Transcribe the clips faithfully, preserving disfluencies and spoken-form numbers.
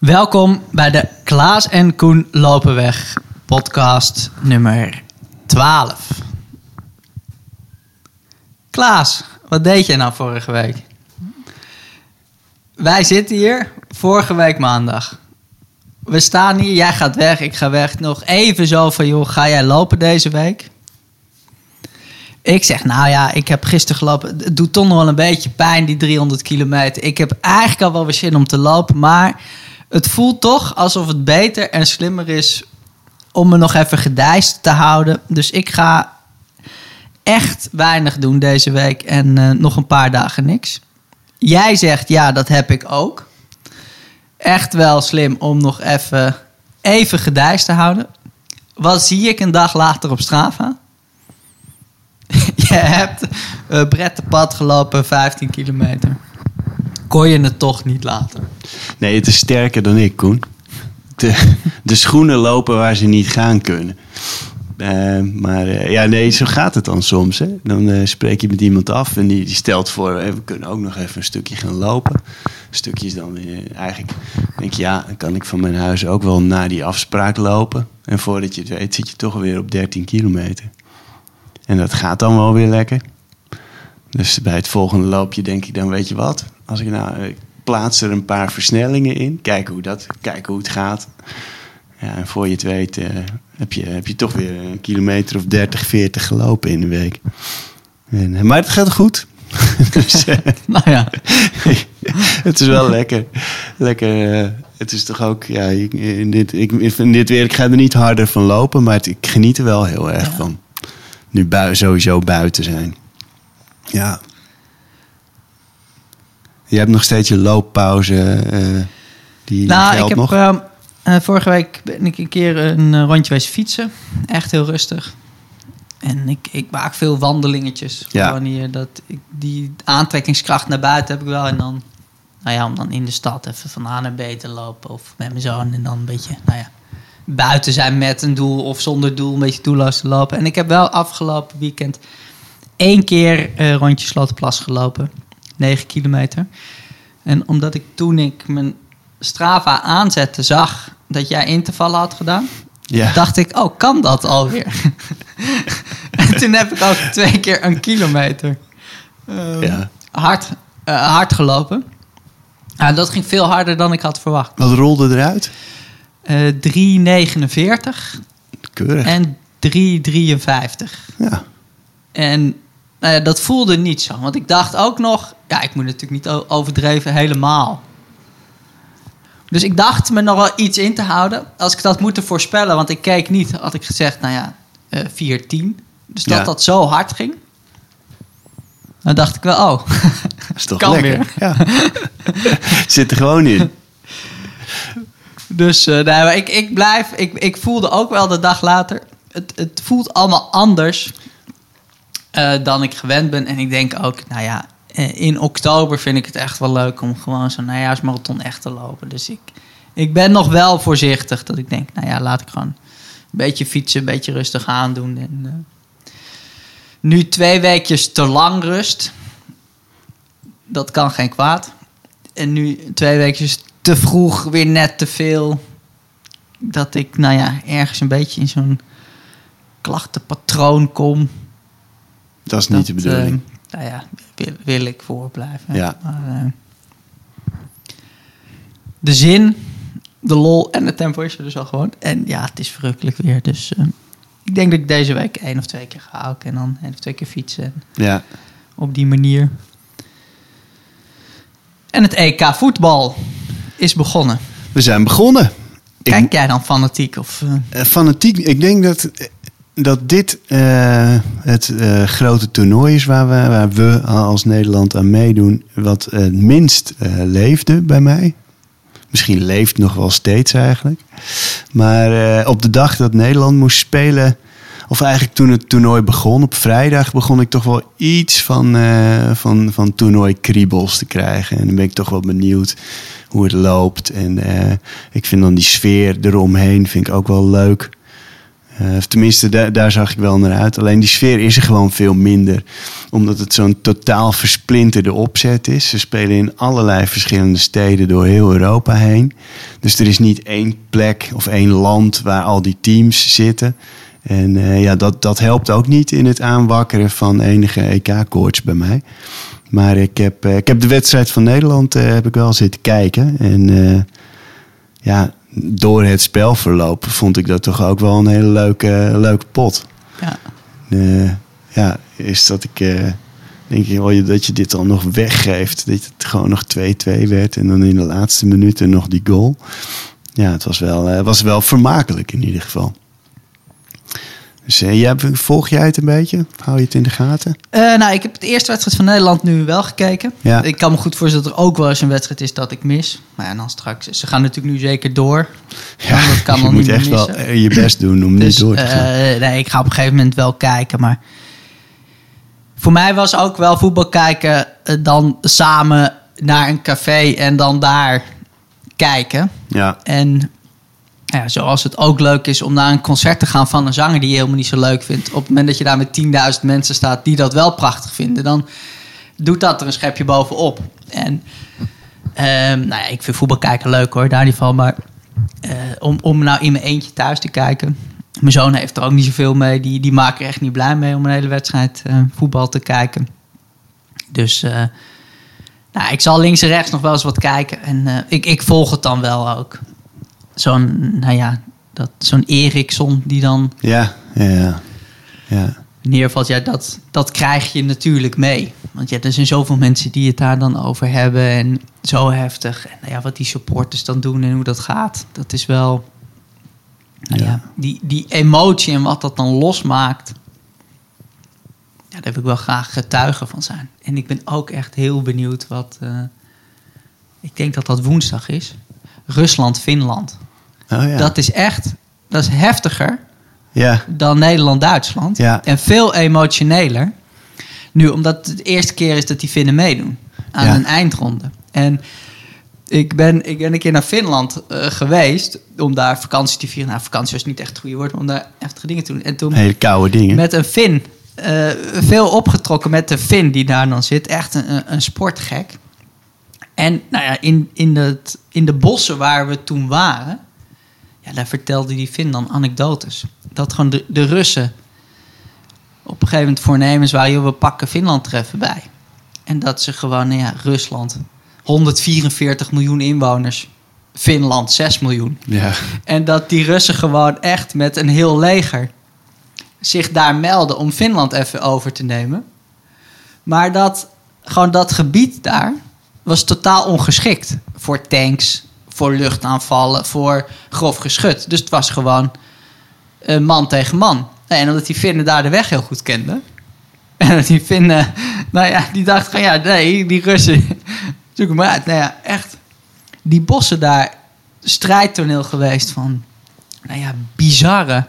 Welkom bij de Klaas en Koen Lopenweg podcast nummer twaalf. Klaas, wat deed jij nou vorige week? Wij zitten hier vorige week maandag. We staan hier, jij gaat weg, ik ga weg. Nog even zo van, joh, ga jij lopen deze week? Ik zeg, nou ja, ik heb gisteren gelopen. Het doet toch nog wel een beetje pijn, die driehonderd kilometer. Ik heb eigenlijk al wel weer zin om te lopen, maar het voelt toch alsof het beter en slimmer is om me nog even gedijst te houden. Dus ik ga echt weinig doen deze week en uh, nog een paar dagen niks. Jij zegt, ja, dat heb ik ook. Echt wel slim om nog even, even gedijst te houden. Wat zie ik een dag later op Strava? Je hebt uh, Brettenpad gelopen, vijftien kilometer. Kon je het toch niet laten? Nee, het is sterker dan ik, Koen. De, de schoenen lopen waar ze niet gaan kunnen. Uh, maar uh, ja, nee, zo gaat het dan soms. Hè? Dan uh, spreek je met iemand af en die, die stelt voor, hey, we kunnen ook nog even een stukje gaan lopen. Een stukje is dan uh, eigenlijk, denk je, ja, dan kan ik van mijn huis ook wel naar die afspraak lopen. En voordat je het weet, zit je toch weer op dertien kilometer. En dat gaat dan wel weer lekker. Dus bij het volgende loopje denk ik dan, weet je wat? Als ik nou, ik plaats er een paar versnellingen in. Kijken hoe, dat, kijken hoe het gaat. Ja, en voor je het weet uh, heb, je, heb je toch weer een kilometer of dertig, veertig gelopen in de week. En, maar het gaat goed. dus, uh, nou ja. Het is wel lekker. Lekker. Uh, het is toch ook, ja, in dit, ik, in dit weer, ik ga er niet harder van lopen, maar het, ik geniet er wel heel erg ja. van. Nu bui, sowieso buiten zijn. Ja. Je hebt nog steeds je looppauze. Uh, die nou, geldt ik heb nog. Uh, uh, vorige week ben ik een keer een uh, rondje geweest fietsen. Echt heel rustig. En ik, ik maak veel wandelingetjes. Ja. Gewoon hier, dat ik, die aantrekkingskracht naar buiten heb ik wel. En dan, nou ja, om dan in de stad even van A naar B te lopen. Of met mijn zoon. En dan een beetje, nou ja, buiten zijn met een doel of zonder doel. Een beetje doelloos te lopen. En ik heb wel afgelopen weekend één keer uh, rondje Slotenplas gelopen. negen kilometer. En omdat ik toen ik mijn Strava aanzette zag dat jij intervallen had gedaan, ja. dacht ik, oh, kan dat alweer? En toen heb ik ook twee keer een kilometer uh, ja. hard, uh, hard gelopen. Uh, dat ging veel harder dan ik had verwacht. Wat rolde eruit? Uh, drie negenenveertig. Keurig. En drie drieënvijftig. Ja. En nou ja, dat voelde niet zo. Want ik dacht ook nog, ja, ik moet natuurlijk niet overdreven helemaal. Dus ik dacht me nog wel iets in te houden. Als ik dat moeten voorspellen, want ik keek niet, had ik gezegd, nou ja, uh, vier tien. Dus dat ja. dat zo hard ging. Dan dacht ik wel, oh, dat is toch kan lekker. Weer. Ja. Zit er gewoon in. Dus uh, nou, ik, ik blijf, ik, ik voelde ook wel de dag later, het, het voelt allemaal anders Uh, dan ik gewend ben. En ik denk ook, nou ja, in oktober vind ik het echt wel leuk om gewoon zo'n najaarsmarathon echt te lopen. Dus ik, ik ben nog wel voorzichtig. Dat ik denk, nou ja, laat ik gewoon een beetje fietsen, een beetje rustig aandoen. En, uh, nu twee weekjes te lang rust. Dat kan geen kwaad. En nu twee weekjes te vroeg, weer net te veel. Dat ik, nou ja, ergens een beetje in zo'n klachtenpatroon kom. Dat is niet dat, de bedoeling. Uh, nou ja, wil, wil ik voorblijven. Ja. Maar, uh, de zin, de lol en het tempo is er dus al gewoon. En ja, het is verrukkelijk weer. Dus uh, ik denk dat ik deze week één of twee keer ga ook. En dan één of twee keer fietsen. Ja. Op die manier. En het E K voetbal is begonnen. We zijn begonnen. Kijk ik, jij dan fanatiek? Of, uh... uh, fanatiek? Ik denk dat... dat dit uh, het uh, grote toernooi is waar we, waar we als Nederland aan meedoen, wat het uh, minst uh, leefde bij mij. Misschien leeft nog wel steeds eigenlijk. Maar uh, op de dag dat Nederland moest spelen, of eigenlijk toen het toernooi begon, op vrijdag begon ik toch wel iets van, uh, van, van toernooikriebels te krijgen. En dan ben ik toch wel benieuwd hoe het loopt. En uh, ik vind dan die sfeer eromheen vind ik ook wel leuk. Uh, tenminste, da- daar zag ik wel naar uit. Alleen die sfeer is er gewoon veel minder. Omdat het zo'n totaal versplinterde opzet is. Ze spelen in allerlei verschillende steden door heel Europa heen. Dus er is niet één plek of één land waar al die teams zitten. En uh, ja, dat, dat helpt ook niet in het aanwakkeren van enige E K-koorts bij mij. Maar ik heb, uh, ik heb de wedstrijd van Nederland uh, heb ik wel zitten kijken. En uh, ja... door het spelverloop vond ik dat toch ook wel een hele leuke, leuke pot. Ja. Uh, ja, is dat ik... Uh, denk je wel dat je dit dan nog weggeeft. Dat het gewoon nog twee-twee werd. En dan in de laatste minuten nog die goal. Ja, het was wel, uh, was wel vermakelijk in ieder geval. Dus uh, jij, volg jij het een beetje? Hou je het in de gaten? Uh, nou, ik heb de eerste wedstrijd van Nederland nu wel gekeken. Ja. Ik kan me goed voorstellen dat er ook wel eens een wedstrijd is dat ik mis. Maar ja, dan straks... Ze gaan natuurlijk nu zeker door. Ja, dat kan je dan moet niet echt meer wel missen. je best doen om Dus, niet door te gaan. Uh, nee, ik ga op een gegeven moment wel kijken. Maar voor mij was ook wel voetbal kijken... Uh, dan samen naar een café en dan daar kijken. Ja. En... Ja, zoals het ook leuk is om naar een concert te gaan van een zanger die je helemaal niet zo leuk vindt. Op het moment dat je daar met tienduizend mensen staat die dat wel prachtig vinden, dan doet dat er een schepje bovenop. En um, nou ja, ik vind voetbal kijken leuk hoor, daar niet van. Maar uh, om, om nou in mijn eentje thuis te kijken. Mijn zoon heeft er ook niet zoveel mee. Die, die maken er echt niet blij mee om een hele wedstrijd uh, voetbal te kijken. Dus uh, nou, ik zal links en rechts nog wel eens wat kijken. En uh, ik, ik volg het dan wel ook. Zo'n, nou ja, dat, zo'n Eriksson die dan Ja, ja, ja. ja. neervalt. Ja, dat, dat krijg je natuurlijk mee. Want ja, er zijn zoveel mensen die het daar dan over hebben. En zo heftig. En nou ja, wat die supporters dan doen en hoe dat gaat. Dat is wel... Nou ja, Ja. die, die emotie en wat dat dan losmaakt. Ja, daar wil ik wel graag getuige van zijn. En ik ben ook echt heel benieuwd wat... Uh, ik denk dat dat woensdag is. Rusland-Finland. Oh, ja. Dat is echt... Dat is heftiger ja. dan Nederland-Duitsland. Ja. En veel emotioneler. Nu, omdat het de eerste keer is dat die Finnen meedoen. Aan Ja. een eindronde. En ik ben, ik ben een keer naar Finland uh, geweest. Om daar vakantie te vieren. Nou, vakantie was niet echt het goede woord. Maar om daar heftige dingen te doen. En toen Hele koude dingen. met een Fin. Uh, veel opgetrokken met de Fin die daar dan zit. Echt een, een sportgek. En nou ja, in, in, het, in de bossen waar we toen waren... Ja, daar vertelde die Fin dan anekdotes. Dat gewoon de, de Russen op een gegeven moment voornemens waren... Joh, we pakken Finland er even bij. En dat ze gewoon, nou ja, Rusland... honderdvierenveertig miljoen inwoners. Finland zes miljoen. Ja. En dat die Russen gewoon echt met een heel leger... zich daar melden om Finland even over te nemen. Maar dat gewoon dat gebied daar... was totaal ongeschikt voor tanks, voor luchtaanvallen, voor grof geschut. Dus het was gewoon uh, man tegen man. En omdat die Finnen daar de weg heel goed kenden. En dat die Finnen, nou ja, die dachten van ja, nee, die Russen, zoek hem maar uit. Nou ja, echt, die bossen daar, strijdtoneel geweest van, nou ja, bizarre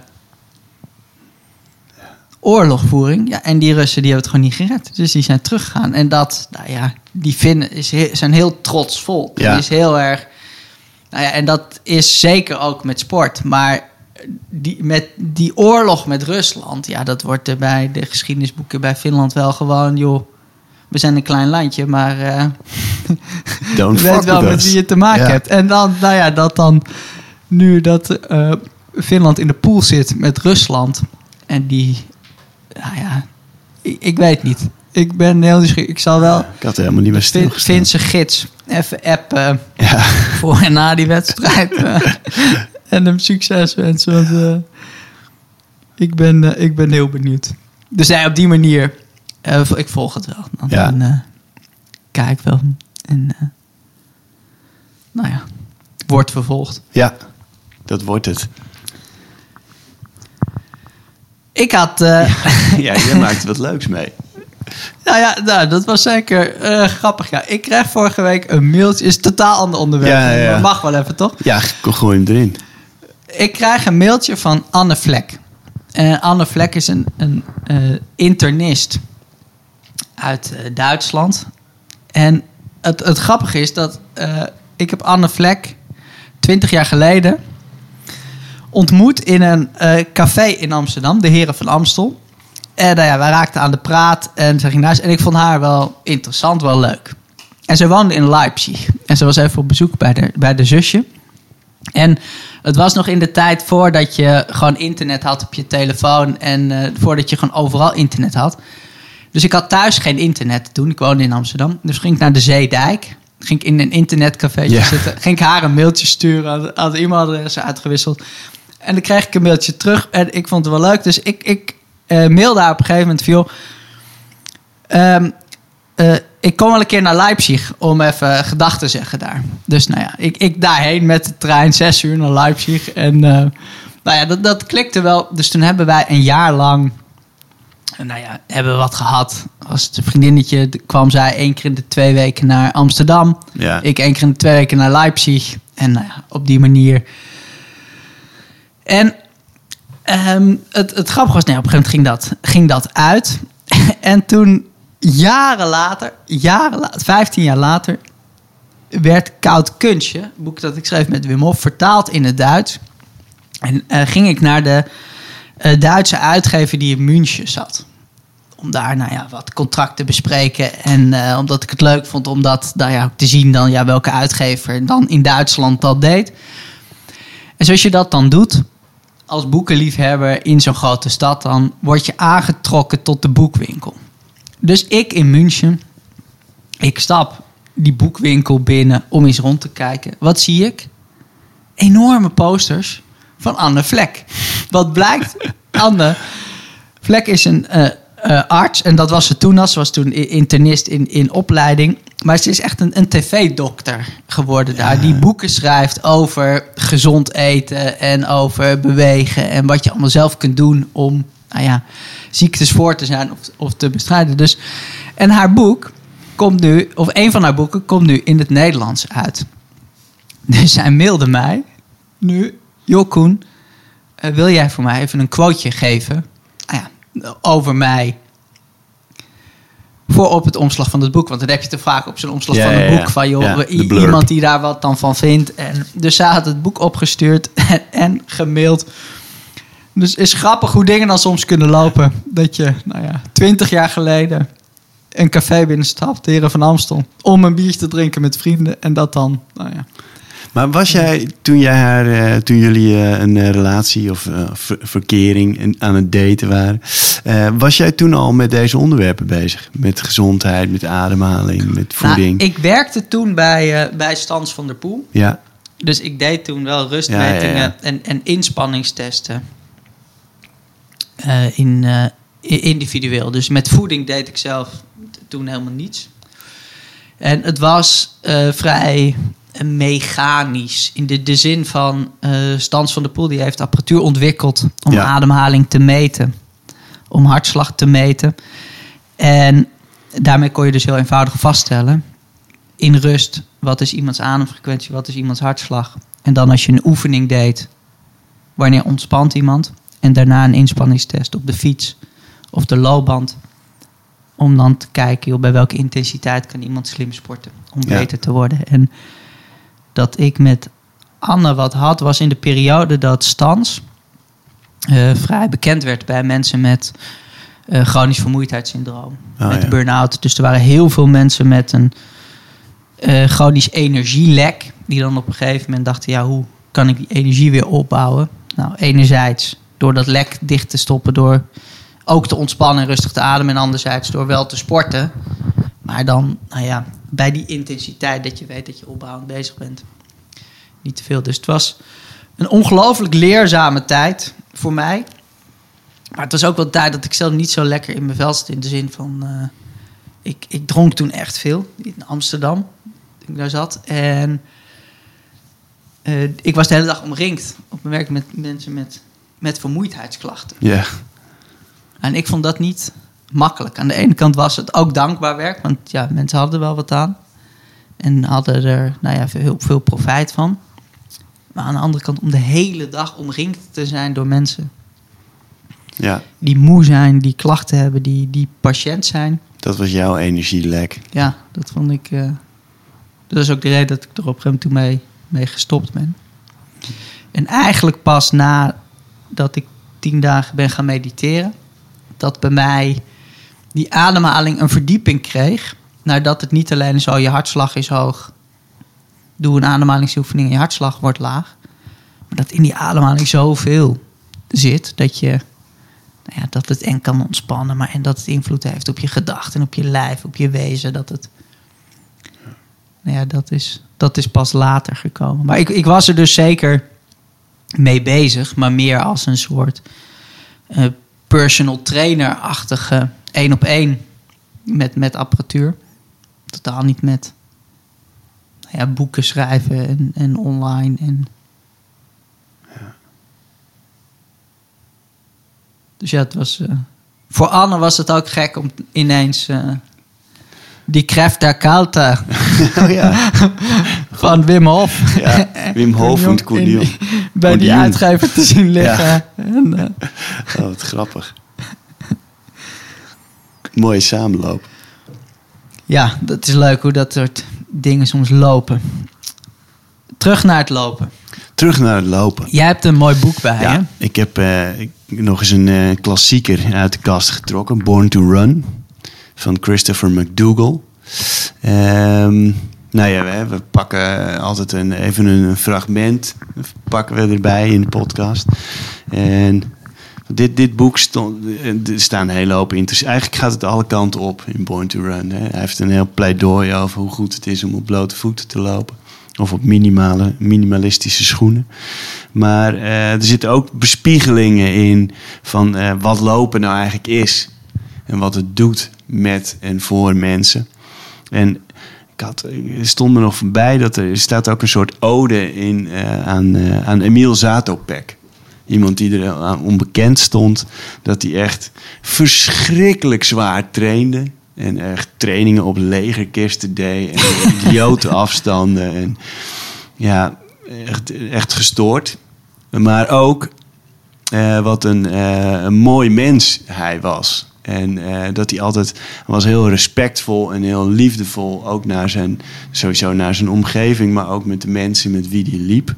oorlogvoering. Ja, en die Russen die hebben het gewoon niet gered. Dus die zijn teruggegaan. En dat, nou ja, die Finnen is he- zijn heel trots volk. Ja. Die is heel erg... Nou ja, en dat is zeker ook met sport. Maar die, met die oorlog met Rusland... Ja, dat wordt er bij de geschiedenisboeken bij Finland wel gewoon... joh, we zijn een klein landje, maar... Uh, Don't je fuck weet wel with met us. wie je te maken Ja. hebt. En dan, nou ja, dat dan... Nu dat uh, Finland in de pool zit met Rusland... en die... Nou ja, ik, ik weet niet. Ik ben heel nieuwsgierig. Ik zal wel... Ik had er helemaal niet bij Fin- stilgestaan. Finse gids even appen Ja. voor en na die wedstrijd. uh, en hem succes wensen. Want uh, ik, ben, uh, ik ben heel benieuwd. Dus ja, op die manier... Uh, ik volg het wel. Dan, Ja. dan uh, kijk wel. En uh, nou ja, wordt vervolgd. Ja, dat wordt het. Ik had... Uh, Ja, jij maakt wat leuks mee. Nou ja, nou, dat was zeker uh, grappig. Ja, ik kreeg vorige week een mailtje. Is een totaal ander onderwerp. Ja, ja, ja. Maar mag wel even, toch? Ja, gooi hem erin. Ik krijg een mailtje van Anne Vlek. En Anne Vlek is een, een uh, internist uit uh, Duitsland. En het, het grappige is dat uh, ik heb Anne Vlek twintig jaar geleden ontmoet in een uh, café in Amsterdam, de Heren van Amstel. En uh, ja, wij raakten aan de praat en ze ging naar huis. En ik vond haar wel interessant, wel leuk. En ze woonde in Leipzig. En ze was even op bezoek bij de, bij de zusje. En het was nog in de tijd voordat je gewoon internet had op je telefoon. En uh, voordat je gewoon overal internet had. Dus ik had thuis geen internet toen. Ik woonde in Amsterdam. Dus ging ik naar de Zeedijk. Ging ik in een internetcafé yeah. zitten. Ging ik haar een mailtje sturen. Had, had e-mailadressen uitgewisseld. En dan kreeg ik een mailtje terug. En ik vond het wel leuk. Dus ik, ik uh, mailde haar op een gegeven moment. Viel, um, uh, ik kom wel een keer naar Leipzig om even gedag te zeggen daar. Dus nou ja, ik, ik daarheen met de trein. Zes uur naar Leipzig. En uh, nou ja, dat, dat klikte wel. Dus toen hebben wij een jaar lang... Nou ja, hebben we wat gehad. Als het een vriendinnetje kwam zij één keer in de twee weken naar Amsterdam. Ja. Ik één keer in de twee weken naar Leipzig. En nou ja, op die manier. En um, het, het grappige was, nee, op een gegeven moment ging dat, ging dat uit. En toen, jaren later, jaren later, vijftien jaar later, werd Koud Kunstje, het boek dat ik schreef met Wim Hof, vertaald in het Duits. En uh, ging ik naar de uh, Duitse uitgever die in München zat. Om daar nou ja, wat contract te bespreken. En uh, omdat ik het leuk vond om dat nou ja, te zien dan, ja, welke uitgever dan in Duitsland dat deed. En zoals je dat dan doet, als boekenliefhebber in zo'n grote stad, dan word je aangetrokken tot de boekwinkel. Dus ik in München, ik stap die boekwinkel binnen om eens rond te kijken. Wat zie ik? Enorme posters van Anne Vlek. Wat blijkt? Anne Vlek is een uh, uh, arts. En dat was ze toen al. Ze was toen internist in, in opleiding. Maar ze is echt een, een tv-dokter geworden daar. Ja. Die boeken schrijft over gezond eten en over bewegen. En wat je allemaal zelf kunt doen om nou ja, ziektes voor te zijn of, of te bestrijden. Dus, en haar boek komt nu, of een van haar boeken komt nu in het Nederlands uit. Dus zij mailde mij nu: joh Koen, uh, wil jij voor mij even een quoteje geven nou ja, over mij voor op het omslag van het boek? Want dan heb je te vaak op zo'n omslag ja, van het ja, boek van joh, ja, i- iemand die daar wat dan van vindt. En dus zij had het boek opgestuurd en, en gemaild. Dus is grappig hoe dingen dan soms kunnen lopen. Dat je, nou ja, twintig jaar geleden een café binnenstapt, de Heren van Amstel, om een biertje te drinken met vrienden. En dat dan, nou ja. Maar was jij, toen jij haar, uh, toen jullie uh, een uh, relatie of uh, ver- verkering aan het daten waren, uh, was jij toen al met deze onderwerpen bezig? Met gezondheid, met ademhaling, met voeding? Nou, ik werkte toen bij, uh, bij Stans van der Poel. Ja. Dus ik deed toen wel rustmetingen ja, ja, ja. En, en inspanningstesten. Uh, in, uh, individueel. Dus met voeding deed ik zelf toen helemaal niets. En het was uh, vrij mechanisch. In de, de zin van uh, Stans van der Poel, die heeft apparatuur ontwikkeld om ja. ademhaling te meten. Om hartslag te meten. En daarmee kon je dus heel eenvoudig vaststellen in rust, wat is iemands ademfrequentie, wat is iemands hartslag. En dan als je een oefening deed, wanneer ontspant iemand? En daarna een inspanningstest op de fiets of de loopband. Om dan te kijken, joh, bij welke intensiteit kan iemand slim sporten om ja. beter te worden. En dat ik met Anne wat had, was in de periode dat Stans uh, vrij bekend werd bij mensen met uh, chronisch vermoeidheidssyndroom. Oh, met ja. burn-out. Dus er waren heel veel mensen met een uh, chronisch energielek. Die dan op een gegeven moment dachten, ja, hoe kan ik die energie weer opbouwen? Nou, enerzijds door dat lek dicht te stoppen, door ook te ontspannen en rustig te ademen. En anderzijds door wel te sporten. Maar dan, nou ja, bij die intensiteit dat je weet dat je opbouwend bezig bent. Niet te veel. Dus het was een ongelooflijk leerzame tijd voor mij. Maar het was ook wel tijd dat ik zelf niet zo lekker in mijn vel zat. In de zin van, uh, ik, ik dronk toen echt veel in Amsterdam. Toen ik daar zat. En uh, ik was de hele dag omringd op mijn werk met mensen met, met vermoeidheidsklachten. Ja. Yeah. En ik vond dat niet makkelijk. Aan de ene kant was het ook dankbaar werk, want ja, mensen hadden er wel wat aan. En hadden er nou ja, heel veel profijt van. Maar aan de andere kant, om de hele dag omringd te zijn door mensen ja. die moe zijn, die klachten hebben, die, die patiënt zijn. Dat was jouw energielek. Ja, dat vond ik. Uh, dat is ook de reden dat ik er op een gegeven moment toe mee, mee gestopt ben. En eigenlijk pas nadat ik tien dagen ben gaan mediteren, dat bij mij die ademhaling een verdieping kreeg. Nadat het niet alleen zo, je hartslag is hoog, doe een ademhalingsoefening en je hartslag wordt laag. Maar dat in die ademhaling zoveel zit, dat je, nou ja, dat het en kan ontspannen, maar en dat het invloed heeft op je gedachten en op je lijf, op je wezen. Dat het, nou ja, dat is, dat is pas later gekomen. Maar ik, ik was er dus zeker mee bezig, maar meer als een soort uh, personal trainer-achtige één op één met, met apparatuur. Totaal niet met nou ja, boeken schrijven en, en online. En... Ja. Dus ja, het was... Uh, voor Anne was het ook gek om ineens... Uh, die Kraft der Kälte oh, ja. van Wim Hof. Ja, Wim Hof en Koen de Jong. Bij die uitgever te zien liggen. Ja. En, uh, oh, wat grappig. Mooie samenloop. Ja, dat is leuk hoe dat soort dingen soms lopen. Terug naar het lopen. Terug naar het lopen. Jij hebt een mooi boek bij ja, je. Ik heb uh, ik, nog eens een uh, klassieker uit de kast getrokken. Born to Run. Van Christopher McDougall. Um, nou ja, we, we pakken altijd een, even een fragment. Pakken we erbij in de podcast. En dit, dit boek stond, er staan een hele hoop interesse. Eigenlijk gaat het alle kanten op in Born to Run. Hè. Hij heeft een heel pleidooi over hoe goed het is om op blote voeten te lopen. Of op minimale, minimalistische schoenen. Maar uh, er zitten ook bespiegelingen in van uh, wat lopen nou eigenlijk is. En wat het doet met en voor mensen. En ik had, er stond me nog voorbij dat er, er staat ook een soort ode in uh, aan, uh, aan Emil Zatopek. Iemand die er aan onbekend stond. Dat hij echt verschrikkelijk zwaar trainde. En echt trainingen op legerkisten deed. En idiote afstanden. En ja, echt, echt gestoord. Maar ook uh, wat een, uh, een mooi mens hij was. En uh, dat hij altijd was heel respectvol en heel liefdevol. Ook naar zijn, sowieso naar zijn omgeving, maar ook met de mensen met wie hij liep.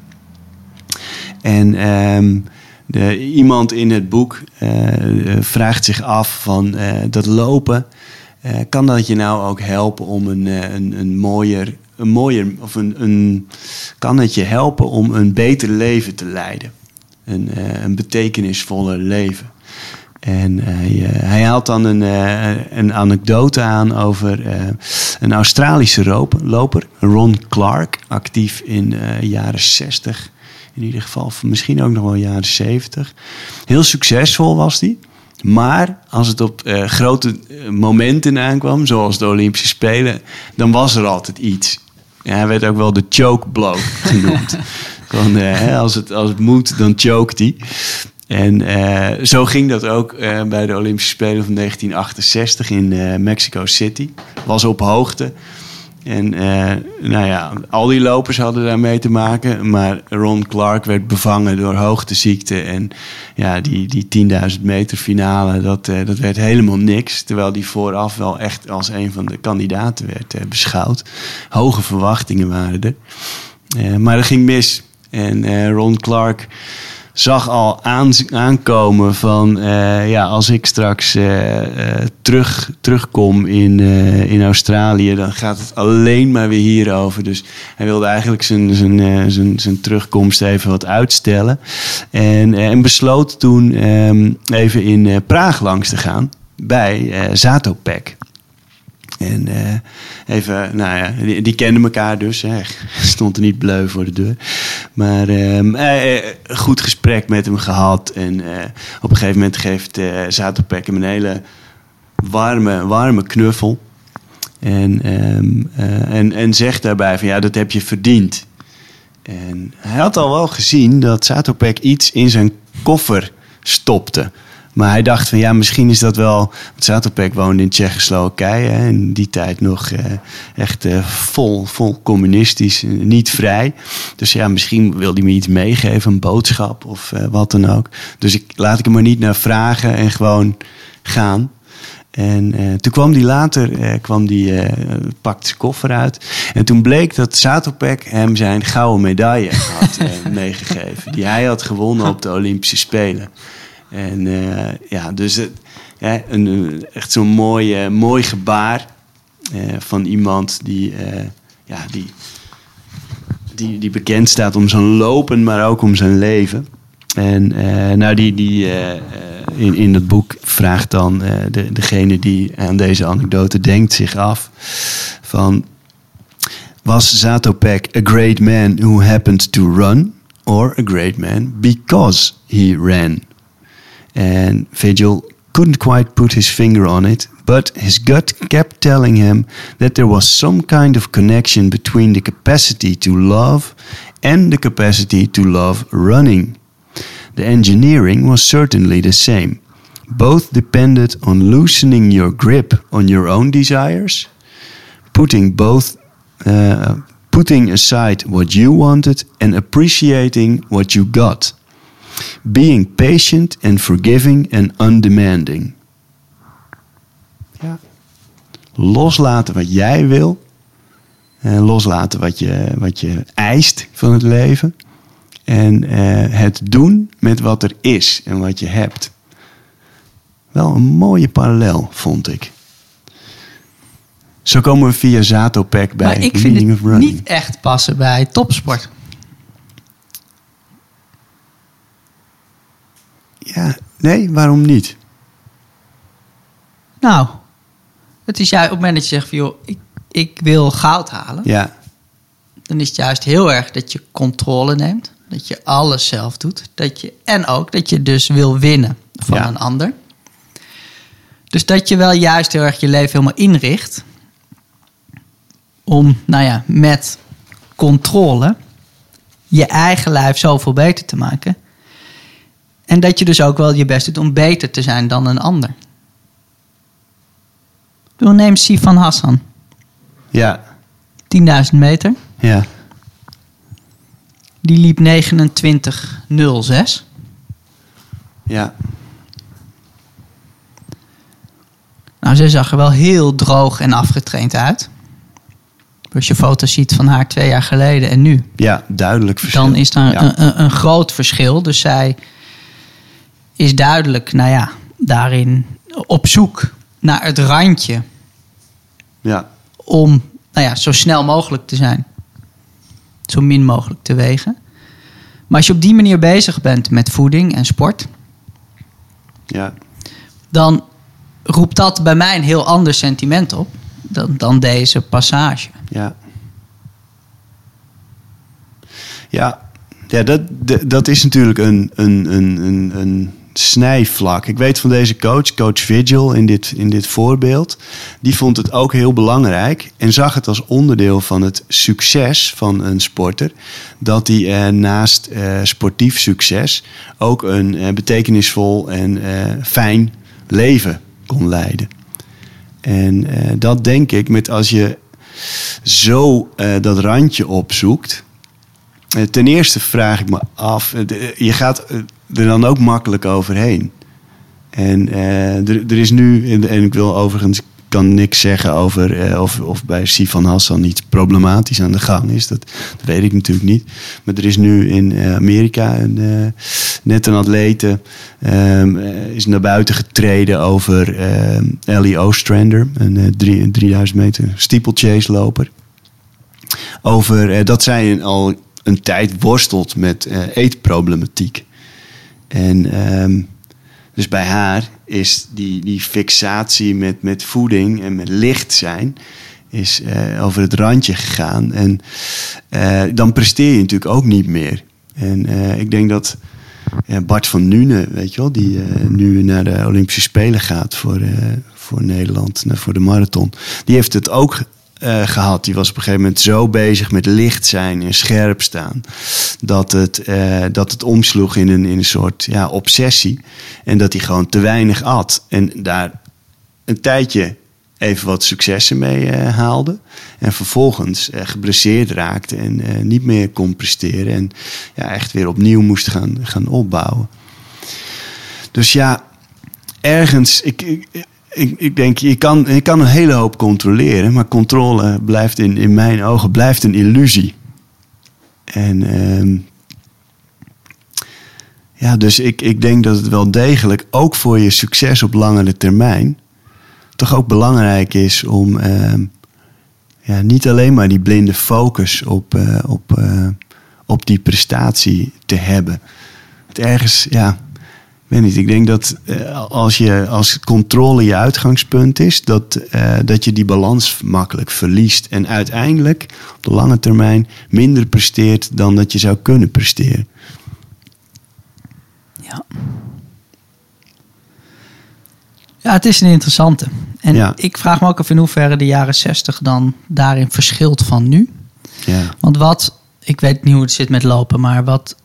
En um, de, iemand in het boek uh, vraagt zich af van uh, dat lopen. Uh, kan dat je nou ook helpen om een, een, een mooier, een mooier of een, een, kan het je helpen om een beter leven te leiden? Een, uh, een betekenisvoller leven. En uh, hij, hij haalt dan een, uh, een anekdote aan over uh, een Australische loper, loper, Ron Clark, actief in de uh, jaren zestig. In ieder geval, misschien ook nog wel jaren zeventig. Heel succesvol was hij. Maar als het op uh, grote momenten aankwam, zoals de Olympische Spelen, dan was er altijd iets. Ja, hij werd ook wel de choke bloke genoemd. Van, uh, als, het, als het moet, dan choked hij. En uh, zo ging dat ook uh, bij de Olympische Spelen van negentien achtenzestig in uh, Mexico City. Was op hoogte. En uh, nou ja, al die lopers hadden daar mee te maken. Maar Ron Clark werd bevangen door hoogteziekte. En ja, die, die tienduizend meter finale, dat, uh, dat werd helemaal niks. Terwijl die vooraf wel echt als een van de kandidaten werd uh, beschouwd. Hoge verwachtingen waren er. Uh, maar dat ging mis. En uh, Ron Clark zag al aan, aankomen van uh, ja, als ik straks uh, uh, terug, terugkom in, uh, in Australië, dan gaat het alleen maar weer hierover. Dus hij wilde eigenlijk zijn, zijn, uh, zijn, zijn terugkomst even wat uitstellen. En, uh, en besloot toen um, even in uh, Praag langs te gaan bij uh, Zatopek. En uh, even, nou ja, die, die kenden elkaar dus. Hè. Stond er niet bleu voor de deur. Maar um, uh, goed gesprek met hem gehad. En uh, op een gegeven moment geeft uh, Zatopek hem een hele warme, warme knuffel. En, um, uh, en, en zegt daarbij van ja, dat heb je verdiend. En hij had al wel gezien dat Zatopek iets in zijn koffer stopte. Maar hij dacht van ja, misschien is dat wel... Want Zatopek woonde in Tsjechoslowakije. Hè, in die tijd nog uh, echt uh, vol, vol communistisch. Uh, niet vrij. Dus ja, misschien wil hij me iets meegeven. Een boodschap of uh, wat dan ook. Dus ik, laat ik hem maar niet naar vragen en gewoon gaan. En uh, toen kwam die later, uh, kwam die, uh, pakte zijn koffer uit. En toen bleek dat Zatopek hem zijn gouden medaille had uh, meegegeven. Die hij had gewonnen op de Olympische Spelen. En uh, ja, dus uh, ja, een, echt zo'n mooi, uh, mooi gebaar uh, van iemand die, uh, ja, die, die, die bekend staat om zijn lopen, maar ook om zijn leven. En uh, nou, die, die uh, in, in het boek vraagt dan uh, de, degene die aan deze anekdote denkt zich af van: was Zatopek a great man who happened to run, or a great man because he ran? And Vigil couldn't quite put his finger on it, but his gut kept telling him that there was some kind of connection between the capacity to love and the capacity to love running. The engineering was certainly the same. Both depended on loosening your grip on your own desires, putting both uh, putting aside what you wanted and appreciating what you got. Being patient and forgiving and undemanding. Ja. Loslaten wat jij wil. En loslaten wat je, wat je eist van het leven. En uh, het doen met wat er is en wat je hebt. Wel een mooie parallel, vond ik. Zo komen we via Zatopek bij maar ik vind het niet echt passen bij topsport. Ja, nee, waarom niet? Nou, het is juist op het moment dat je zegt van joh, ik, ik wil goud halen. Ja. Dan is het juist heel erg dat je controle neemt. Dat je alles zelf doet. Dat je, en ook dat je dus wil winnen van ja. een ander. Dus dat je wel juist heel erg je leven helemaal inricht. Om, nou ja, met controle je eigen lijf zoveel beter te maken. En dat je dus ook wel je best doet om beter te zijn dan een ander. Ik bedoel, neem Sifan Hassan. Ja. tienduizend meter. Ja. Die liep negenentwintig nul zes. Ja. Nou, ze zag er wel heel droog en afgetraind uit. Als je foto's ziet van haar twee jaar geleden en nu. Ja, duidelijk verschil. Dan is daar ja. een, een, een groot verschil. Dus zij is duidelijk, nou ja, daarin op zoek naar het randje. Ja. Om, nou ja, zo snel mogelijk te zijn. Zo min mogelijk te wegen. Maar als je op die manier bezig bent met voeding en sport. Ja. Dan roept dat bij mij een heel ander sentiment op. Dan, dan deze passage. Ja. Ja, ja dat, dat is natuurlijk een, een, een, een, een snijvlak. Ik weet van deze coach, coach Vigil in dit, in dit voorbeeld. Die vond het ook heel belangrijk. En zag het als onderdeel van het succes van een sporter. Dat hij eh, naast eh, sportief succes ook een eh, betekenisvol en eh, fijn leven kon leiden. En uh, dat denk ik, met als je zo uh, dat randje opzoekt. Uh, ten eerste vraag ik me af, uh, je gaat er dan ook makkelijk overheen. En uh, er, er is nu, en ik wil overigens, kan niks zeggen over uh, of, of bij Sifan Hassan iets problematisch aan de gang is. Dat, dat weet ik natuurlijk niet. Maar er is nu in uh, Amerika een, uh, net een atlete um, uh, is naar buiten getreden over uh, Ellie Ostrander, een uh, drie, drieduizend meter steeplechase loper. Over uh, dat zij een, al een tijd worstelt met uh, eetproblematiek. En um, dus bij haar is die, die fixatie met, met voeding en met licht zijn is uh, over het randje gegaan. En uh, dan presteer je natuurlijk ook niet meer. En uh, ik denk dat uh, Bart van Nuenen, weet je wel, die uh, nu naar de Olympische Spelen gaat voor, uh, voor Nederland, voor de marathon. Die heeft het ook uh, gehad. Die was op een gegeven moment zo bezig met licht zijn en scherp staan. Dat het, uh, dat het omsloeg in een, in een soort ja, obsessie. En dat hij gewoon te weinig at. En daar een tijdje even wat successen mee uh, haalde. En vervolgens uh, geblesseerd raakte en uh, niet meer kon presteren. En ja, echt weer opnieuw moest gaan, gaan opbouwen. Dus ja, ergens... Ik, ik, ik, ik denk, je kan, je kan een hele hoop controleren, maar controle blijft in, in mijn ogen blijft een illusie. En um, ja, dus ik, ik denk dat het wel degelijk, ook voor je succes op langere termijn, toch ook belangrijk is om um, ja, niet alleen maar die blinde focus op, uh, op, uh, op die prestatie te hebben. Het ergens, ja, ik weet niet. Ik denk dat uh, als je als controle je uitgangspunt is, dat, uh, dat je die balans makkelijk verliest. En uiteindelijk op de lange termijn minder presteert dan dat je zou kunnen presteren. Ja. Ja, het is een interessante. En ja. ik vraag me ook af in hoeverre de jaren zestig dan daarin verschilt van nu. Ja. Want wat, ik weet niet hoe het zit met lopen, maar wat...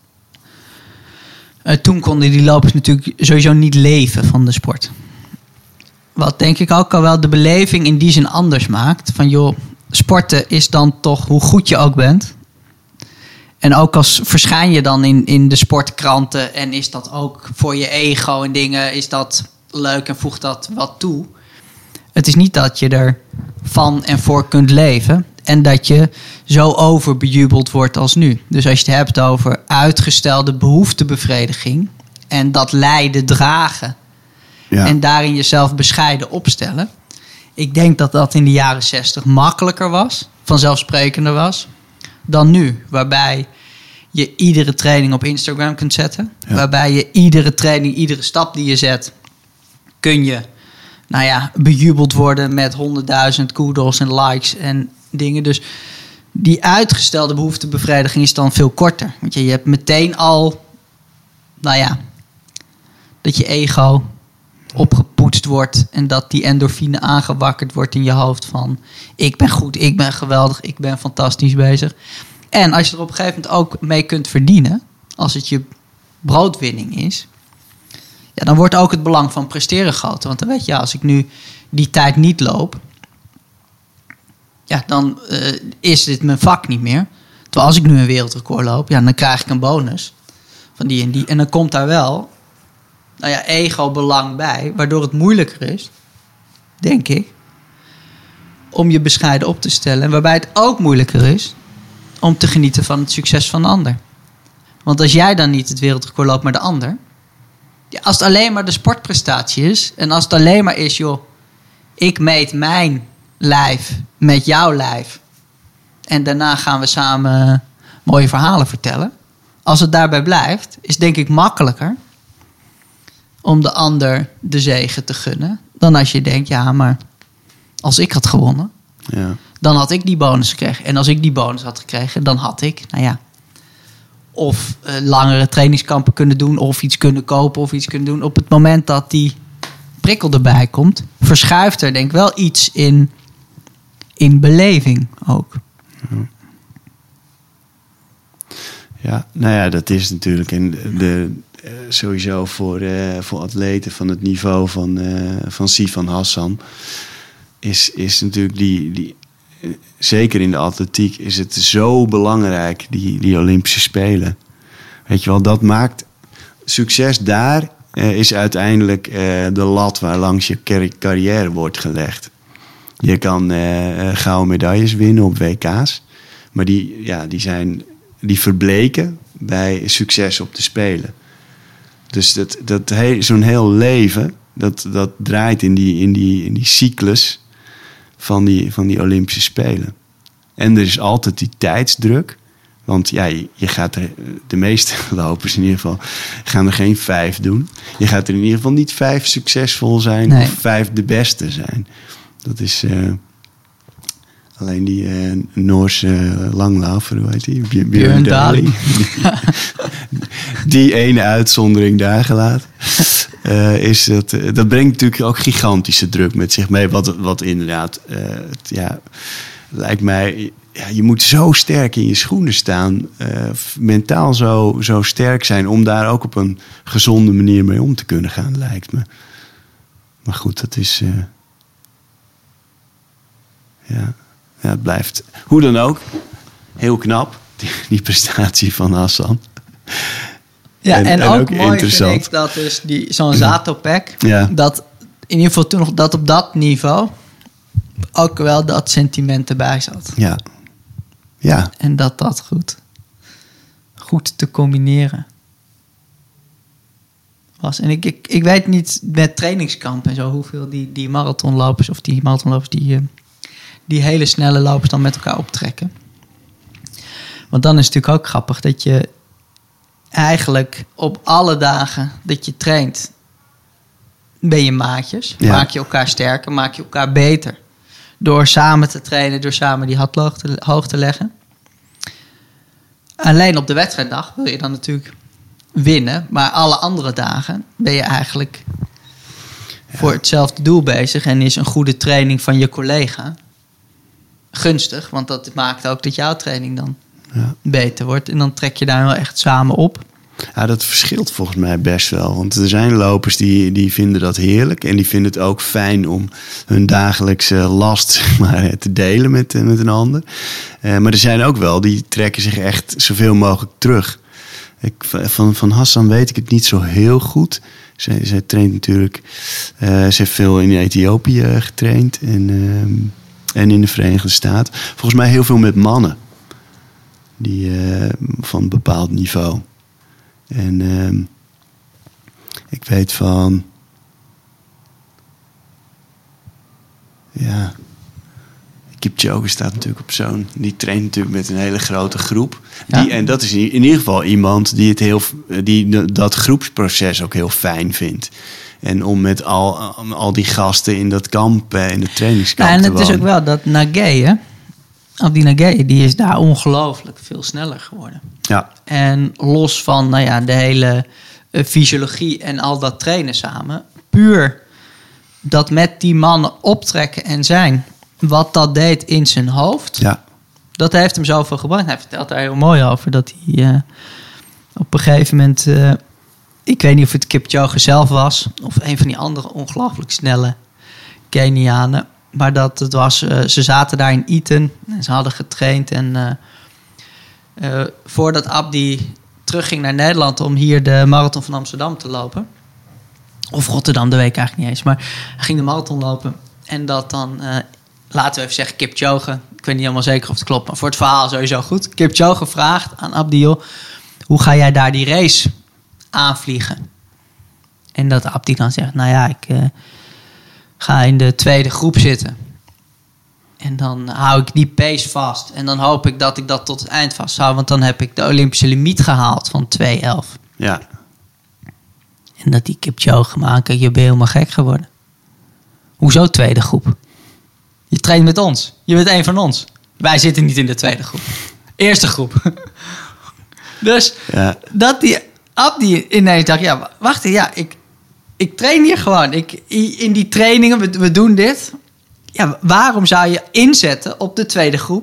Uh, toen konden die lopers natuurlijk sowieso niet leven van de sport. Wat denk ik ook al wel de beleving in die zin anders maakt. Van joh, sporten is dan toch hoe goed je ook bent. En ook als verschijn je dan in, in de sportkranten en is dat ook voor je ego en dingen, is dat leuk en voegt dat wat toe. Het is niet dat je er van en voor kunt leven en dat je zo overbejubeld wordt als nu. Dus als je het hebt over uitgestelde behoeftebevrediging en dat lijden dragen, ja, en daarin jezelf bescheiden opstellen. Ik denk dat dat in de jaren zestig makkelijker was, vanzelfsprekender was, dan nu. Waarbij je iedere training op Instagram kunt zetten. Ja. Waarbij je iedere training, iedere stap die je zet, kun je, nou ja, bejubeld worden met honderdduizend kudos en likes en dingen. Dus die uitgestelde behoeftebevrediging is dan veel korter. Want je, je hebt meteen al, nou ja, dat je ego opgepoetst wordt en dat die endorfine aangewakkerd wordt in je hoofd van ik ben goed, ik ben geweldig, ik ben fantastisch bezig. En als je er op een gegeven moment ook mee kunt verdienen, als het je broodwinning is, ja, dan wordt ook het belang van presteren groter. Want dan weet je, als ik nu die tijd niet loop, ja, dan uh, is dit mijn vak niet meer. Terwijl als ik nu een wereldrecord loop, ja, dan krijg ik een bonus van die en die. En dan komt daar wel, nou ja, ego-belang bij, waardoor het moeilijker is, denk ik, om je bescheiden op te stellen. En waarbij het ook moeilijker is om te genieten van het succes van de ander. Want als jij dan niet het wereldrecord loopt, maar de ander, ja, als het alleen maar de sportprestatie is en als het alleen maar is, joh, ik meet mijn lijf met jouw lijf en daarna gaan we samen mooie verhalen vertellen. Als het daarbij blijft, is het denk ik makkelijker om de ander de zege te gunnen dan als je denkt, ja, maar als ik had gewonnen, ja, dan had ik die bonus gekregen. En als ik die bonus had gekregen, dan had ik, nou ja, of uh, langere trainingskampen kunnen doen, of iets kunnen kopen, of iets kunnen doen. Op het moment dat die prikkel erbij komt, verschuift er denk ik wel iets in, in beleving ook. Ja. Ja, nou ja, dat is natuurlijk in de, de, sowieso voor, uh, voor atleten van het niveau van, uh, van Sifan Hassan is, is natuurlijk die, die, zeker in de atletiek is het zo belangrijk, die, die Olympische Spelen. Weet je wel, dat maakt succes daar uh, is uiteindelijk uh, de lat waar langs je car- carrière wordt gelegd. Je kan uh, gouden medailles winnen op W K's, maar die, ja, die zijn die verbleken bij succes op de Spelen. Dus dat, dat he, zo'n heel leven, dat, dat draait in die, in die, in die cyclus van die, van die Olympische Spelen. En er is altijd die tijdsdruk. Want ja, je, je gaat er, de meeste lopers in ieder geval gaan er geen vijf doen. Je gaat er in ieder geval niet vijf succesvol zijn, nee, of vijf de beste zijn. Dat is uh, alleen die uh, Noorse uh, langlaufer, hoe heet die? Björn, Björn Daly. Die ene uitzondering daar gelaten. Uh, is dat, uh, dat brengt natuurlijk ook gigantische druk met zich mee. Wat, wat inderdaad, uh, het, ja, lijkt mij, ja, je moet zo sterk in je schoenen staan. Uh, mentaal zo, zo sterk zijn om daar ook op een gezonde manier mee om te kunnen gaan, lijkt me. Maar goed, dat is... Uh, ja, ja, het blijft hoe dan ook heel knap, die, die prestatie van Hassan. Ja, en, en, en ook, ook mooi vind ik dat dus die, zo'n Zatopek, ja, dat in ieder geval toen nog dat op dat niveau ook wel dat sentiment erbij zat. Ja. Ja. En dat dat goed, goed te combineren was. En ik, ik, ik weet niet met trainingskamp en zo hoeveel die, die marathonlopers of die marathonlopers die, uh, die hele snelle lopers dan met elkaar optrekken. Want dan is het natuurlijk ook grappig dat je eigenlijk op alle dagen dat je traint, ben je maatjes. Ja. Maak je elkaar sterker, maak je elkaar beter. Door samen te trainen, door samen die hart hoog te, hoog te leggen. Alleen op de wedstrijddag wil je dan natuurlijk winnen. Maar alle andere dagen ben je eigenlijk ja. voor hetzelfde doel bezig. En is een goede training van je collega gunstig. Want dat maakt ook dat jouw training dan ja. beter wordt. En dan trek je daar wel echt samen op. Ja, dat verschilt volgens mij best wel. Want er zijn lopers die, die vinden dat heerlijk. En die vinden het ook fijn om hun dagelijkse last zeg maar, te delen met, met een ander. Uh, maar er zijn ook wel, die trekken zich echt zoveel mogelijk terug. Ik, van, van Hassan weet ik het niet zo heel goed. Zij, zij traint natuurlijk... Uh, ze heeft veel in Ethiopië getraind. En, uh, en in de Verenigde Staten. Volgens mij heel veel met mannen. Die uh, van een bepaald niveau. En uh, ik weet van... Ja... Kipchoge staat natuurlijk op zo'n... Die traint natuurlijk met een hele grote groep. Die, ja. En dat is in, in ieder geval iemand die, het heel, die dat groepsproces ook heel fijn vindt. En om met al, al die gasten in dat kamp, in de trainingskamp ja, en te het wonen. is ook wel dat Nagay, hè? Abdi Nagay, die is daar ongelooflijk veel sneller geworden. Ja. En los van nou ja, de hele uh, fysiologie en al dat trainen samen... puur dat met die mannen optrekken en zijn... wat dat deed in zijn hoofd... Ja. dat heeft hem zoveel gebracht. Hij vertelt daar heel mooi over... dat hij uh, op een gegeven moment... Uh, ik weet niet of het Kipchoge zelf was... of een van die andere ongelooflijk snelle Kenianen... maar dat het was... Uh, ze zaten daar in Iten... en ze hadden getraind... en uh, uh, voordat Abdi terugging naar Nederland... om hier de marathon van Amsterdam te lopen... of Rotterdam, dat weet ik eigenlijk niet eens... maar hij ging de marathon lopen... en dat dan... Uh, laten we even zeggen Kipchoge. Ik weet niet helemaal zeker of het klopt, maar voor het verhaal sowieso goed. Kipchoge vraagt aan Abdi, hoe ga jij daar die race aanvliegen? En dat Abdi dan zegt, nou ja, ik uh, ga in de tweede groep zitten. En dan hou ik die pace vast. En dan hoop ik dat ik dat tot het eind vasthoud. Want dan heb ik de Olympische limiet gehaald van twee elf. Ja. En dat die Kipchoge maken, je bent helemaal gek geworden. Hoezo tweede groep? Je traint met ons. Je bent een van ons. Wij zitten niet in de tweede groep. Eerste groep. Dus ja. dat die Abdi ineens dacht... ja, wacht even, ja, ik, ik train hier gewoon. Ik, in die trainingen, we, we doen dit. Ja, waarom zou je inzetten op de tweede groep...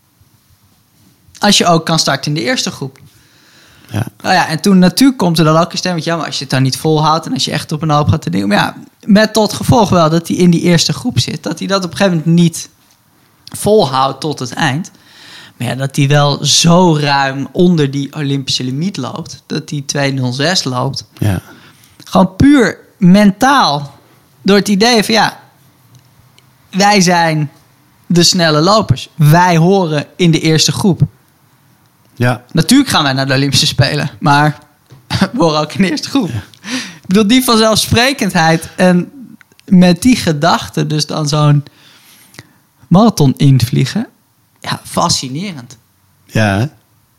als je ook kan starten in de eerste groep? Ja. Nou ja, en toen natuurlijk komt er dan ook een stemmetje... ja, maar als je het dan niet volhoudt... en als je echt op een hoop gaat te denken... maar ja, met tot gevolg wel dat hij in die eerste groep zit... dat hij dat op een gegeven moment niet volhoudt tot het eind... maar ja, dat hij wel zo ruim onder die Olympische limiet loopt... dat hij twee nul zes loopt. Ja. Gewoon puur mentaal. Door het idee van ja... wij zijn de snelle lopers. Wij horen in de eerste groep. Ja. Natuurlijk gaan wij naar de Olympische Spelen, maar we horen ook in de eerste groep. Ja. Ik bedoel, die vanzelfsprekendheid en met die gedachte dus dan zo'n marathon invliegen. Ja, fascinerend. Ja, hè?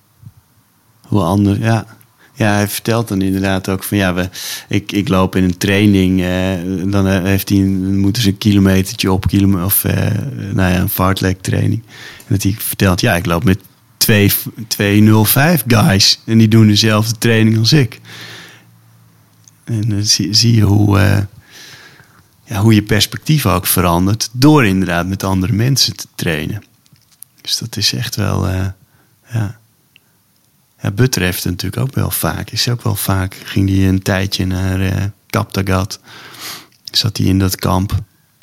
Hoe anders, ja. Ja, hij vertelt dan inderdaad ook van ja, we, ik, ik loop in een training, eh, dan heeft hij een, moeten ze een kilometertje op, kilome, of eh, nou ja, een fartlek training. En dat hij vertelt, ja, ik loop met twee nul vijf guys en die doen dezelfde training als ik. En dan zie, zie je hoe, uh, ja, hoe je perspectief ook verandert door inderdaad met andere mensen te trainen. Dus dat is echt wel, uh, ja. Ja, Butter heeft het natuurlijk ook wel vaak. Is ook wel vaak, ging hij een tijdje naar uh, Kaptagat. Zat hij in dat kamp.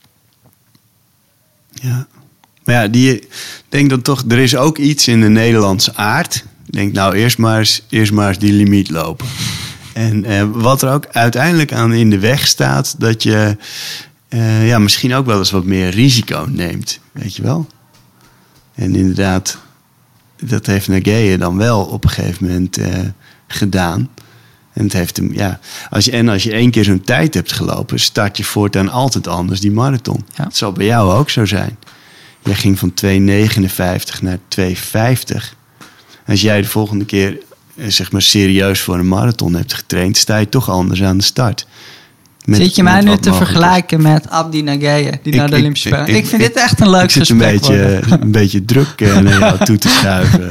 Ja. Maar ja, die denk dan toch, er is ook iets in de Nederlandse aard. Ik denk, nou, eerst maar eens, eerst maar eens die limiet lopen. En uh, wat er ook uiteindelijk aan in de weg staat, dat je uh, ja, misschien ook wel eens wat meer risico neemt. Weet je wel? En inderdaad, dat heeft Nageye dan wel op een gegeven moment uh, gedaan. En het heeft hem, ja. Als je, en als je één keer zo'n tijd hebt gelopen, start je voortaan altijd anders die marathon. Ja. Het zal bij jou ook zo zijn. Jij ging van twee negenenvijftig naar twee vijftig. Als jij de volgende keer, zeg maar, serieus voor een marathon hebt getraind, sta je toch anders aan de start. Met, Zit je mij nu te vergelijken is. met Abdi Nageye, die ik, naar de Olympische Spelen? Ik, ik, ik vind ik, dit echt een leuk gesprek. Ik zit een beetje, een beetje druk uh, naar jou toe te schuiven.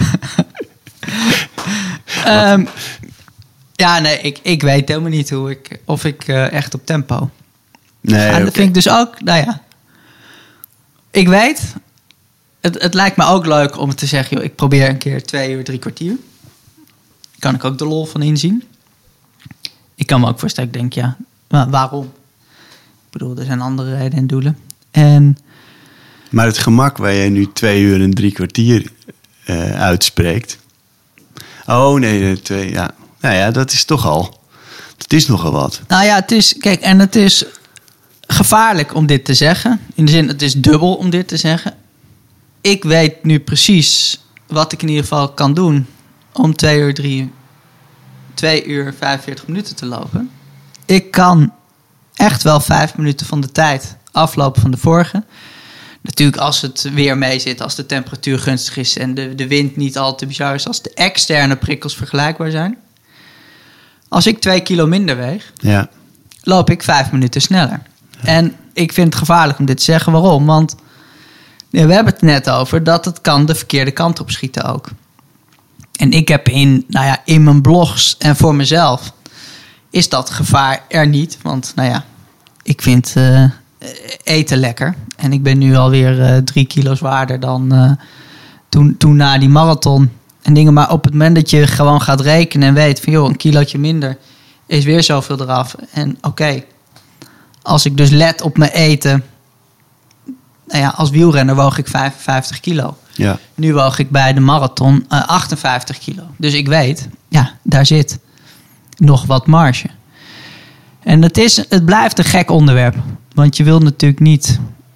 um, ja, nee, ik, ik weet helemaal niet hoe ik, of ik uh, echt op tempo. Nee, en dat okay. vind ik dus ook, nou ja. Ik weet, het, het lijkt me ook leuk om te zeggen, joh, ik probeer een keer twee uur, drie kwartier. Kan ik ook de lol van inzien. Ik kan me ook voorstellen, ik denk, ja, maar waarom? Ik bedoel, er zijn andere redenen en doelen. En, maar het gemak waar jij nu twee uur en drie kwartier uh, uitspreekt. Oh nee, twee, ja. Nou ja, dat is toch al. Dat is nogal wat. Nou ja, het is, kijk, en het is gevaarlijk om dit te zeggen. In de zin, het is dubbel om dit te zeggen. Ik weet nu precies wat ik in ieder geval kan doen om twee uur, drie, twee uur, vijfenveertig minuten te lopen. Ik kan echt wel vijf minuten van de tijd aflopen van de vorige. Natuurlijk als het weer mee zit, als de temperatuur gunstig is en de, de wind niet al te bizar is, als de externe prikkels vergelijkbaar zijn. Als ik twee kilo minder weeg, ja. loop ik vijf minuten sneller. Ja. En ik vind het gevaarlijk om dit te zeggen. Waarom? Want ja, we hebben het net over dat het kan de verkeerde kant op schieten ook. En ik heb in, nou ja, in mijn blogs en voor mezelf is dat gevaar er niet. Want nou ja, ik vind uh, eten lekker. En ik ben nu alweer uh, drie kilo zwaarder dan uh, toen, toen na die marathon. En dingen, maar op het moment dat je gewoon gaat rekenen en weet van joh, een kilootje minder is weer zoveel eraf. En oké, okay, als ik dus let op mijn eten, nou ja, als wielrenner woog ik vijfenvijftig kilo. Ja. Nu woog ik bij de marathon uh, achtenvijftig kilo. Dus ik weet, ja, daar zit nog wat marge. En het, is, het blijft een gek onderwerp. Want je wil natuurlijk niet,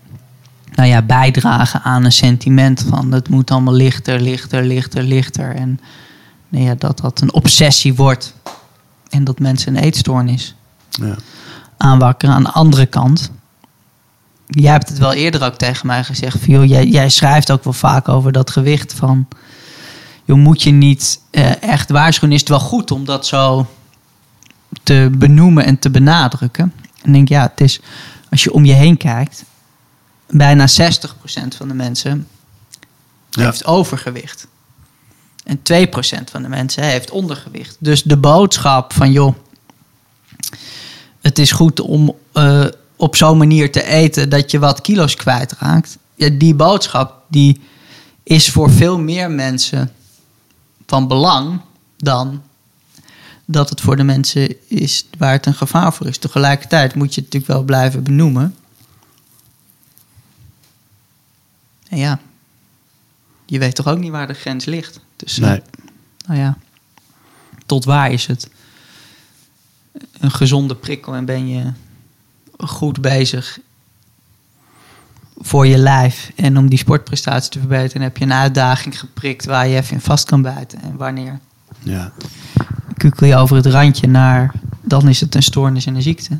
nou ja, bijdragen aan een sentiment van het moet allemaal lichter, lichter, lichter, lichter. En nou ja, dat dat een obsessie wordt. En dat mensen een eetstoornis ja. aanwakkeren. Aan de andere kant, jij hebt het wel eerder ook tegen mij gezegd. Van, joh, jij, jij schrijft ook wel vaak over dat gewicht van, joh, moet je niet uh, echt waarschuwen? Is het wel goed om dat zo te benoemen en te benadrukken? En ik denk, ja, het is, als je om je heen kijkt, bijna zestig procent van de mensen ja. heeft overgewicht. En twee procent van de mensen heeft ondergewicht. Dus de boodschap van, joh, het is goed om uh, op zo'n manier te eten dat je wat kilo's kwijtraakt. Ja, die boodschap die is voor veel meer mensen van belang dan dat het voor de mensen is waar het een gevaar voor is. Tegelijkertijd moet je het natuurlijk wel blijven benoemen. En ja, je weet toch ook niet waar de grens ligt. Dus, nee. Nou ja, tot waar is het een gezonde prikkel en ben je goed bezig voor je lijf en om die sportprestatie te verbeteren, heb je een uitdaging geprikt waar je even in vast kan bijten. En wanneer ja. kukel je over het randje naar, dan is het een stoornis en een ziekte.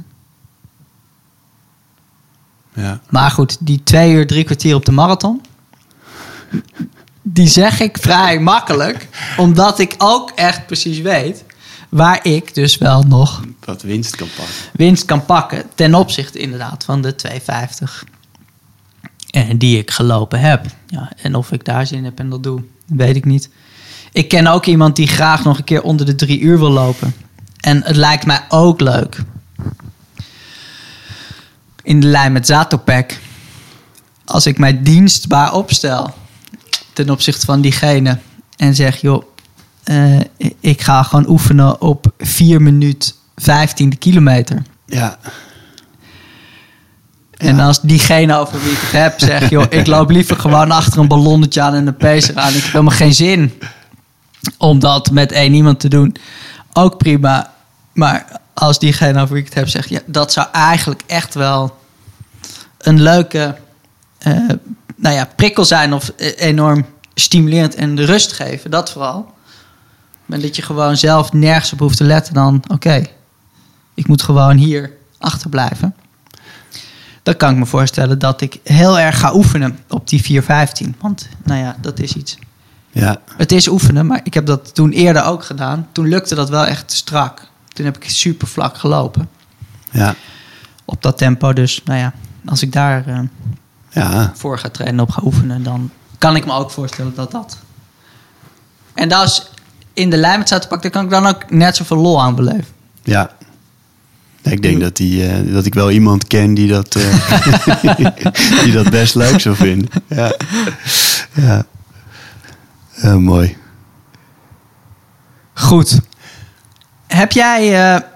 Ja. Maar goed, die twee uur, drie kwartier op de marathon, die zeg ik vrij makkelijk, omdat ik ook echt precies weet waar ik dus wel nog wat winst kan pakken. Winst kan pakken ten opzichte inderdaad van de twee vijftig en die ik gelopen heb. Ja, en of ik daar zin heb en dat doe, weet ik niet. Ik ken ook iemand die graag nog een keer onder de drie uur wil lopen. En het lijkt mij ook leuk, in de lijn met Zatopek, als ik mij dienstbaar opstel ten opzichte van diegene en zeg, joh, uh, ik ga gewoon oefenen op vier minuut vijftiende kilometer. Ja. En als diegene over wie ik het heb zegt, joh, ik loop liever gewoon achter een ballonnetje aan en een pacer aan. Ik heb helemaal geen zin om dat met één iemand te doen. Ook prima. Maar als diegene over wie ik het heb zegt, ja, dat zou eigenlijk echt wel een leuke uh, nou ja, prikkel zijn of enorm stimulerend en de rust geven. Dat vooral. Maar dat je gewoon zelf nergens op hoeft te letten dan... oké, okay, ik moet gewoon hier achterblijven. Dan kan ik me voorstellen dat ik heel erg ga oefenen op die vier vijftien. Want nou ja, dat is iets. Ja. Het is oefenen, maar ik heb dat toen eerder ook gedaan. Toen lukte dat wel echt strak. Toen heb ik super vlak gelopen. Ja. Op dat tempo. Dus nou ja, als ik daar uh, ja. voor ga trainen, op ga oefenen... dan kan ik me ook voorstellen dat dat... En dat is in de lijnwedstrijd te pakken... dan kan ik dan ook net zoveel lol aan beleven. Ja. Ik denk dat, die, uh, dat ik wel iemand ken die dat, uh, die dat best leuk zou vinden. Ja, ja. Uh, mooi. Goed. Heb jij uh,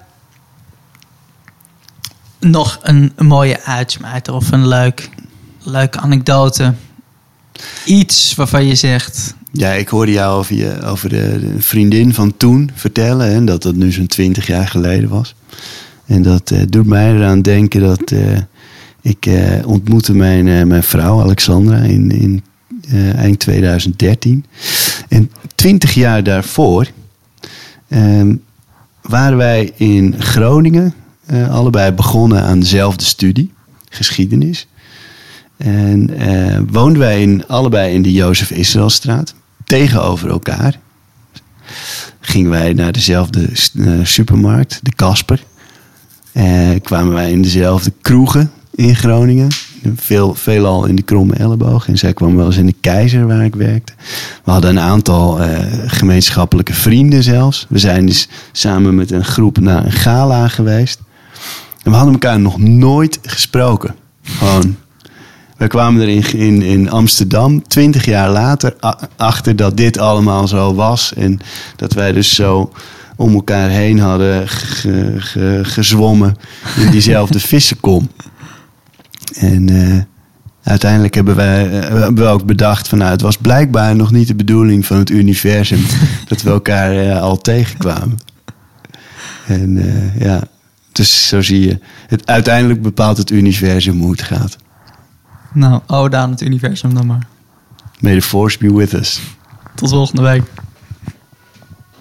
nog een, een mooie uitsmijter of een leuk, leuke anekdote? Iets waarvan je zegt... Ja, ik hoorde jou over, je, over de, de vriendin van toen vertellen. Hè, dat dat nu zo'n twintig jaar geleden was. En dat uh, doet mij eraan denken dat uh, ik uh, ontmoette mijn, uh, mijn vrouw Alexandra in, in uh, eind tweeduizend dertien. En twintig jaar daarvoor uh, waren wij in Groningen uh, allebei begonnen aan dezelfde studie, geschiedenis. En uh, woonden wij in, allebei in de Jozef Israëlstraat, tegenover elkaar. Gingen wij naar dezelfde uh, supermarkt, de Kasper. Uh, kwamen wij in dezelfde kroegen in Groningen. Veel, veelal in de Kromme Elleboog. En zij kwam wel eens in de Keizer waar ik werkte. We hadden een aantal uh, gemeenschappelijke vrienden zelfs. We zijn dus samen met een groep naar een gala geweest. En we hadden elkaar nog nooit gesproken. Gewoon. We kwamen er in, in, in Amsterdam twintig jaar later a- achter dat dit allemaal zo was. En dat wij dus zo om elkaar heen hadden ge, ge, gezwommen in diezelfde vissenkom. En uh, uiteindelijk hebben wij uh, hebben we ook bedacht van nou, het was blijkbaar nog niet de bedoeling van het universum dat we elkaar uh, al tegenkwamen. En uh, ja, dus zo zie je. Het, uiteindelijk bepaalt het universum hoe het gaat. Nou, ode aan het universum dan maar. May the force be with us. Tot volgende week.